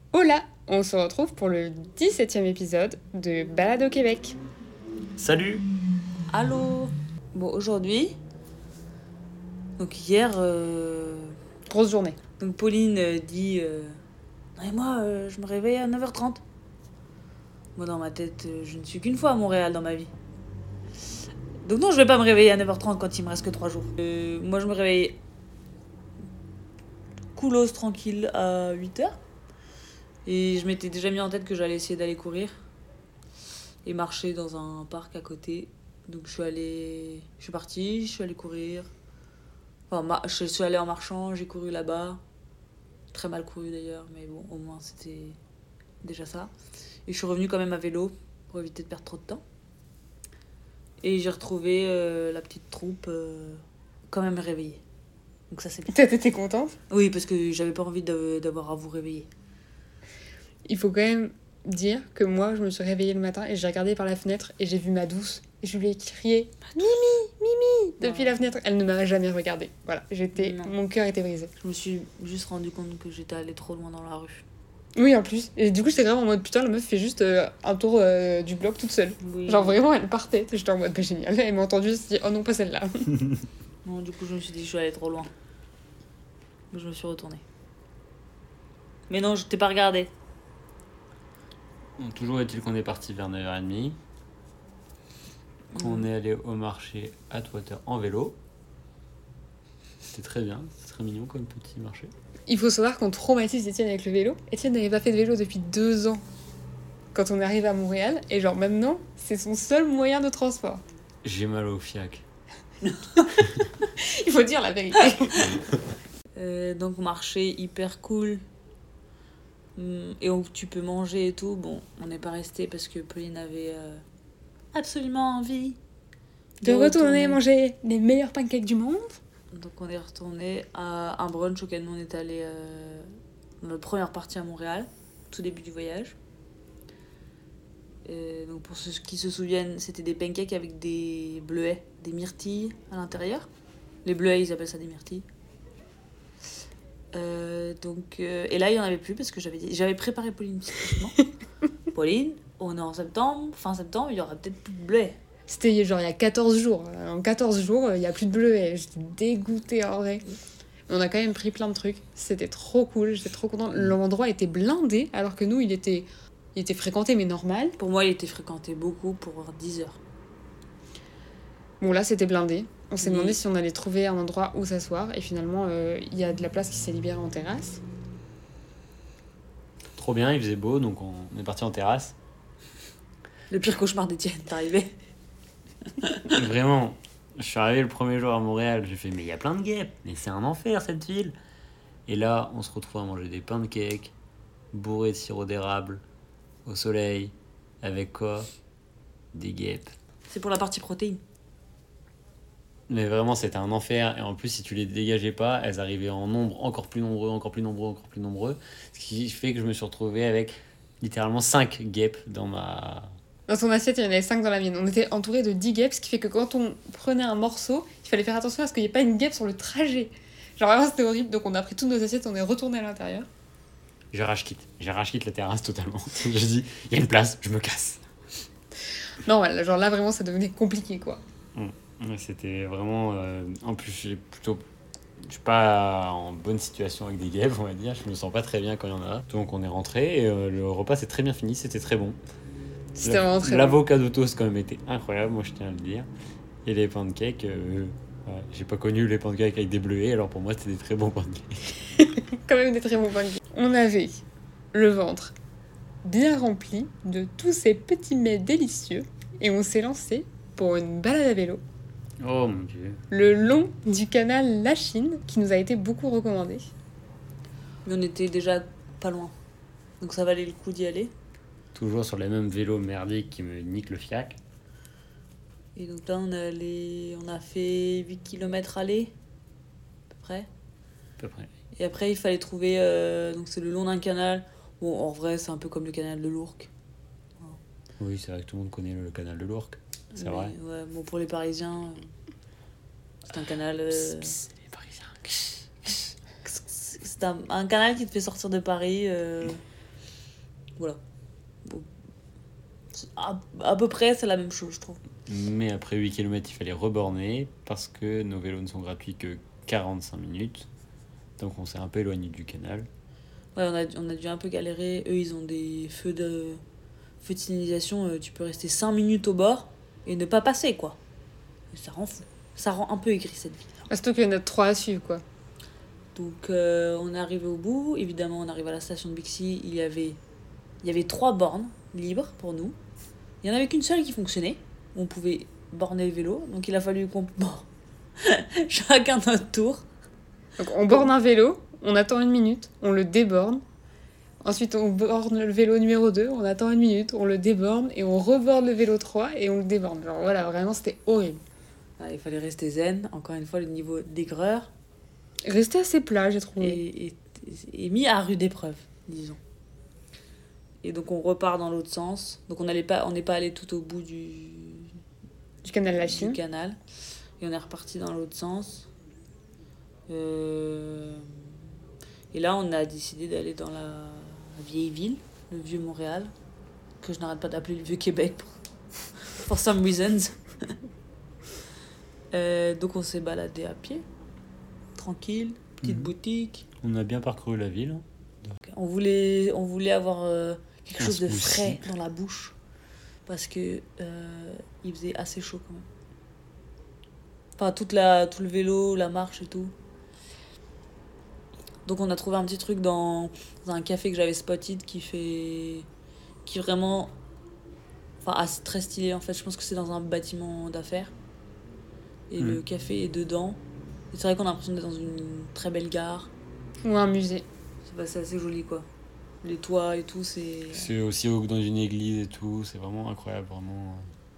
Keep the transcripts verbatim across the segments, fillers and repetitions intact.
Hola, on se retrouve pour le dix-septième épisode de Balade au Québec. Salut. Allô. Bon, aujourd'hui, donc hier, euh, Grosse journée. donc Pauline euh, dit euh, non, et moi, euh, je me réveille à neuf heures trente. Moi, dans ma tête, euh, je ne suis qu'une fois à Montréal dans ma vie. Donc non, je vais pas me réveiller à neuf heures trente quand il me reste que trois jours. Euh, moi, je me réveille coolos, tranquille, à huit heures. Et je m'étais déjà mis en tête que j'allais essayer d'aller courir et marcher dans un parc à côté. Donc je suis allée, je suis partie, je suis allée courir. Enfin, ma- je suis allée en marchant, j'ai couru là-bas. Très mal couru d'ailleurs, mais bon, au moins c'était déjà ça. Et je suis revenue quand même à vélo pour éviter de perdre trop de temps. Et j'ai retrouvé euh, la petite troupe euh, quand même réveillée. Donc ça c'est bien. T'étais contente? Oui, parce que j'avais pas envie de- d'avoir à vous réveiller. Il faut quand même dire que moi, je me suis réveillée le matin et j'ai regardé par la fenêtre et j'ai vu ma douce. Et je lui ai crié « Mimi, Mimi !» depuis Ouais. la fenêtre. Elle ne m'a jamais regardée. Voilà, j'étais... Non. Mon cœur était brisé. Je me suis juste rendu compte que j'étais allée trop loin dans la rue. Oui, en plus. Et du coup, j'étais grave en mode « Putain, la meuf fait juste euh, un tour euh, du bloc toute seule. » Oui. Genre vraiment, elle partait. J'étais en mode « Bah génial. » Elle m'a entendu, elle s'est dit « Oh non, pas celle-là. » Non, du coup, je me suis dit que je suis allée trop loin. Je me suis retournée. Mais non, je t'ai pas regardé. Bon, toujours est-il qu'on est parti vers neuf heures trente, qu'on est allé au marché Atwater en vélo. C'était très bien, c'est très mignon comme petit marché. Il faut savoir qu'on traumatise Étienne avec le vélo. Étienne n'avait pas fait de vélo depuis deux ans quand on est arrivé à Montréal. Et genre maintenant, c'est son seul moyen de transport. J'ai mal au fiac. Il faut dire la vérité. Euh, donc, marché hyper cool. Hum, Et où tu peux manger et tout. Bon, on n'est pas resté parce que Pauline avait euh, absolument envie De retourner manger les meilleurs pancakes du monde. Donc, on est retourné à un brunch auquel nous on est allé euh, dans notre première partie à Montréal, tout début du voyage. Et donc, pour ceux qui se souviennent, c'était des pancakes avec des bleuets, des myrtilles à l'intérieur. Les bleuets, ils appellent ça des myrtilles. Euh, donc, euh, et là, il n'y en avait plus parce que j'avais, dit, j'avais préparé Pauline psychologiquement. Pauline, on est en septembre, fin septembre, il y aura peut-être plus de bleuets. C'était genre il y a quatorze jours. En quatorze jours, il n'y a plus de bleuets. J'étais dégoûtée en vrai. Mais on a quand même pris plein de trucs. C'était trop cool, j'étais trop contente. L'endroit était blindé alors que nous, il était, il était fréquenté mais normal. Pour moi, il était fréquenté beaucoup pour dix heures. Bon là, c'était blindé. On s'est Oui. demandé si on allait trouver un endroit où s'asseoir. Et finalement, euh, il y a de la place qui s'est libérée en terrasse. Trop bien, il faisait beau, donc on est parti en terrasse. Le pire cauchemar d'Étienne est arrivé. Vraiment, je suis arrivé le premier jour à Montréal, j'ai fait mais il y a plein de guêpes, mais c'est un enfer cette ville. Et là, on se retrouve à manger des pancakes bourrés de sirop d'érable au soleil avec quoi? Des guêpes. C'est pour la partie protéine. Mais vraiment, c'était un enfer. Et en plus, si tu les dégageais pas, elles arrivaient en nombre encore plus nombreux, encore plus nombreux, encore plus nombreux. Ce qui fait que je me suis retrouvé avec littéralement cinq guêpes dans ma... Dans son assiette, il y en avait cinq dans la mienne. On était entouré de dix guêpes, ce qui fait que quand on prenait un morceau, il fallait faire attention à ce qu'il n'y ait pas une guêpe sur le trajet. Genre vraiment, c'était horrible. Donc on a pris toutes nos assiettes, on est retourné à l'intérieur. J'ai rage quitte. J'ai rage quitte la terrasse totalement. J'ai dit, il y a une place, je me casse. Non, voilà, genre là, vraiment, ça devenait compliqué, quoi. Ouais, c'était vraiment... euh, En plus, j'ai plutôt... Je suis pas en bonne situation avec des guêpes, on va dire. Je me sens pas très bien quand il y en a. Donc on est rentré et euh, le repas s'est très bien fini. C'était très bon. C'était La- vraiment très bon. L'avocado toast quand même était incroyable, moi je tiens à le dire. Et les pancakes, euh, ouais, j'ai pas connu les pancakes avec des bleuets, alors pour moi c'était des très bons pancakes. Quand même des très bons pancakes. On avait le ventre bien rempli de tous ces petits mets délicieux et on s'est lancé pour une balade à vélo Oh mon dieu. le long du canal La Chine qui nous a été beaucoup recommandé. Mais on était déjà pas loin. Donc ça valait le coup d'y aller. Toujours sur les mêmes vélos merdiques qui me niquent le fiac. Et donc là, on, est allé... on a fait huit kilomètres aller, à peu près. À peu près. Et après, il fallait trouver... euh, Donc c'est le long d'un canal. Bon, en vrai, c'est un peu comme le canal de l'Ourcq. Oui, c'est vrai que tout le monde connaît le canal de l'Ourcq. C'est Mais, vrai. Ouais, bon, pour les Parisiens, euh, c'est un canal... euh, Psst, psst, les Parisiens. C'est un, un canal qui te fait sortir de Paris. euh, voilà. Bon. À, à peu près, c'est la même chose, je trouve. Mais après huit kilomètres, il fallait reborner parce que nos vélos ne sont gratuits que quarante-cinq minutes. Donc on s'est un peu éloigné du canal. Ouais, on a, on a dû un peu galérer. Eux, ils ont des feux de, feux de signalisation. euh, Tu peux rester cinq minutes au bord et ne pas passer, quoi. Et ça rend fou. Ça rend un peu aigri, cette ville. Ah, surtout qu'il y en a trois à suivre, quoi. Donc, euh, on est arrivé au bout. Évidemment, on arrive à la station de Bixi. Il y avait, il y avait trois bornes libres pour nous. Il n'y en avait qu'une seule qui fonctionnait. On pouvait borner le vélo. Donc, il a fallu qu'on borne chacun notre tour. Donc on borne un vélo, on attend une minute, on le déborne. Ensuite, on borne le vélo numéro deux, on attend une minute, on le déborne et on reborne le vélo trois et on le déborne. Genre voilà, vraiment, c'était horrible. Ah, il fallait rester zen. Encore une fois, le niveau d'aigreur Rester assez plat, j'ai trouvé. est, est, est mis à rude épreuve, disons. Et donc, on repart dans l'autre sens. Donc, on n'allait pas, on n'est pas allé tout au bout du, Du canal du Lachine. canal. Et on est reparti dans l'autre sens. Euh, Et là, on a décidé d'aller dans la vieille ville, le vieux Montréal, que je n'arrête pas d'appeler le vieux Québec pour, for some reasons. Euh, donc, on s'est baladé à pied, tranquille, petite Mhm. boutique. On a bien parcouru la ville. On voulait, on voulait avoir euh, quelque Un chose de smoothie. frais dans la bouche parce que euh, il faisait assez chaud quand même. Enfin, toute la, tout le vélo, la marche et tout. Donc on a trouvé un petit truc dans, dans un café que j'avais spotted qui fait... qui est vraiment... Enfin, assez, très stylé en fait. Je pense que c'est dans un bâtiment d'affaires. Et Mm. le café est dedans. Et c'est vrai qu'on a l'impression d'être dans une très belle gare. Ou un musée. C'est, bah, c'est assez joli quoi. Les toits et tout, c'est... C'est aussi haut que dans une église et tout. C'est vraiment incroyable, vraiment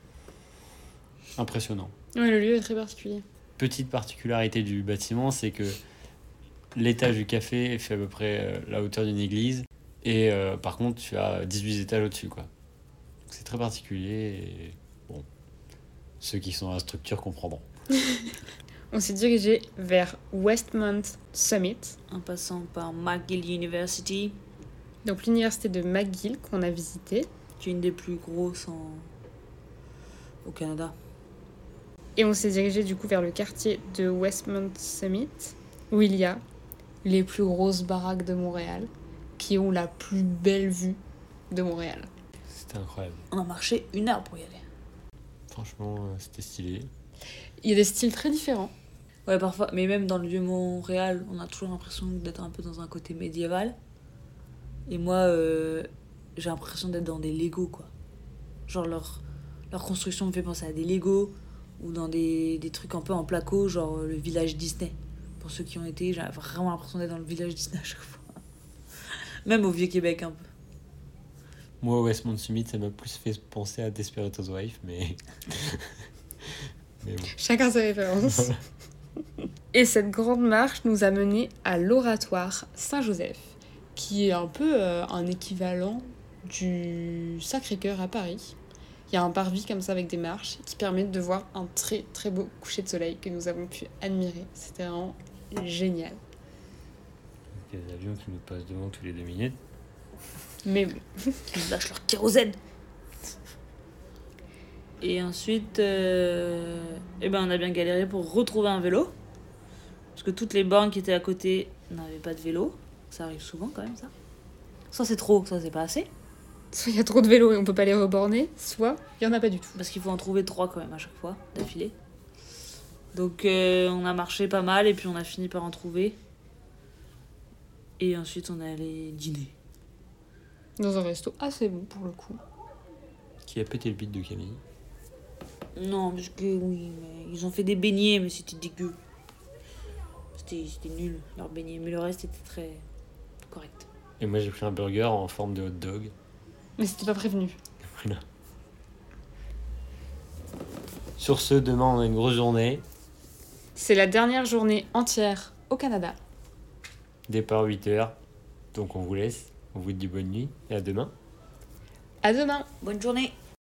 euh, impressionnant. Ouais, le lieu est très particulier. Petite particularité du bâtiment, c'est que l'étage du café fait à peu près euh, la hauteur d'une église. Et euh, par contre, tu as dix-huit étages au-dessus, quoi. C'est très particulier et bon, ceux qui sont dans la structure comprendront. On s'est dirigé vers Westmont Summit, En passant par McGill University, donc l'université de McGill qu'on a visitée. qui est une des plus grosses en... au Canada. Et on s'est dirigé du coup vers le quartier de Westmont Summit, où il y a les plus grosses baraques de Montréal, qui ont la plus belle vue de Montréal. C'était incroyable. On a marché une heure pour y aller. Franchement, euh, c'était stylé. Il y a des styles très différents. Ouais, parfois, mais même dans le vieux Montréal, on a toujours l'impression d'être un peu dans un côté médiéval. Et moi, euh, j'ai l'impression d'être dans des Lego, quoi. Genre, leur, leur construction me fait penser à des Lego, ou dans des, des trucs un peu en placo, genre le village Disney. Pour ceux qui ont été, j'ai vraiment l'impression d'être dans le village Disney à chaque fois. Même au Vieux-Québec, un peu. Moi, Westmont Summit, ça m'a plus fait penser à Desperate Housewives, mais... mais bon. Chacun ses références. Et cette grande marche nous a menés à l'oratoire Saint-Joseph, qui est un peu euh, un équivalent du Sacré-Cœur à Paris. Il y a un parvis comme ça avec des marches qui permettent de voir un très très beau coucher de soleil que nous avons pu admirer. C'était vraiment génial. Des avions qui nous passent devant tous les deux minutes. Mais bon. Qui nous lâchent leur kérosène. Et ensuite, euh, eh ben, on a bien galéré pour retrouver un vélo. Parce que toutes les bornes qui étaient à côté n'avaient pas de vélo. Ça arrive souvent quand même, ça. Soit c'est trop, soit c'est pas assez. Soit il y a trop de vélos et on peut pas les reborner, soit il y en a pas du tout. Parce qu'il faut en trouver trois quand même à chaque fois, d'affilée. Donc euh, on a marché pas mal et puis on a fini par en trouver. Et ensuite on est allé dîner. Dans un resto assez bon pour le coup. Qui a pété le bide de Camille. Non, parce que oui, mais ils ont fait des beignets, mais c'était dégueu. C'était, c'était nul, leurs beignets. Mais le reste était très correct. Et moi, j'ai pris un burger en forme de hot dog. Mais c'était pas prévenu. Voilà. Sur ce, demain, on a une grosse journée. C'est la dernière journée entière au Canada. Départ huit heures. Donc, on vous laisse. On vous dit bonne nuit et à demain. À demain! Bonne journée!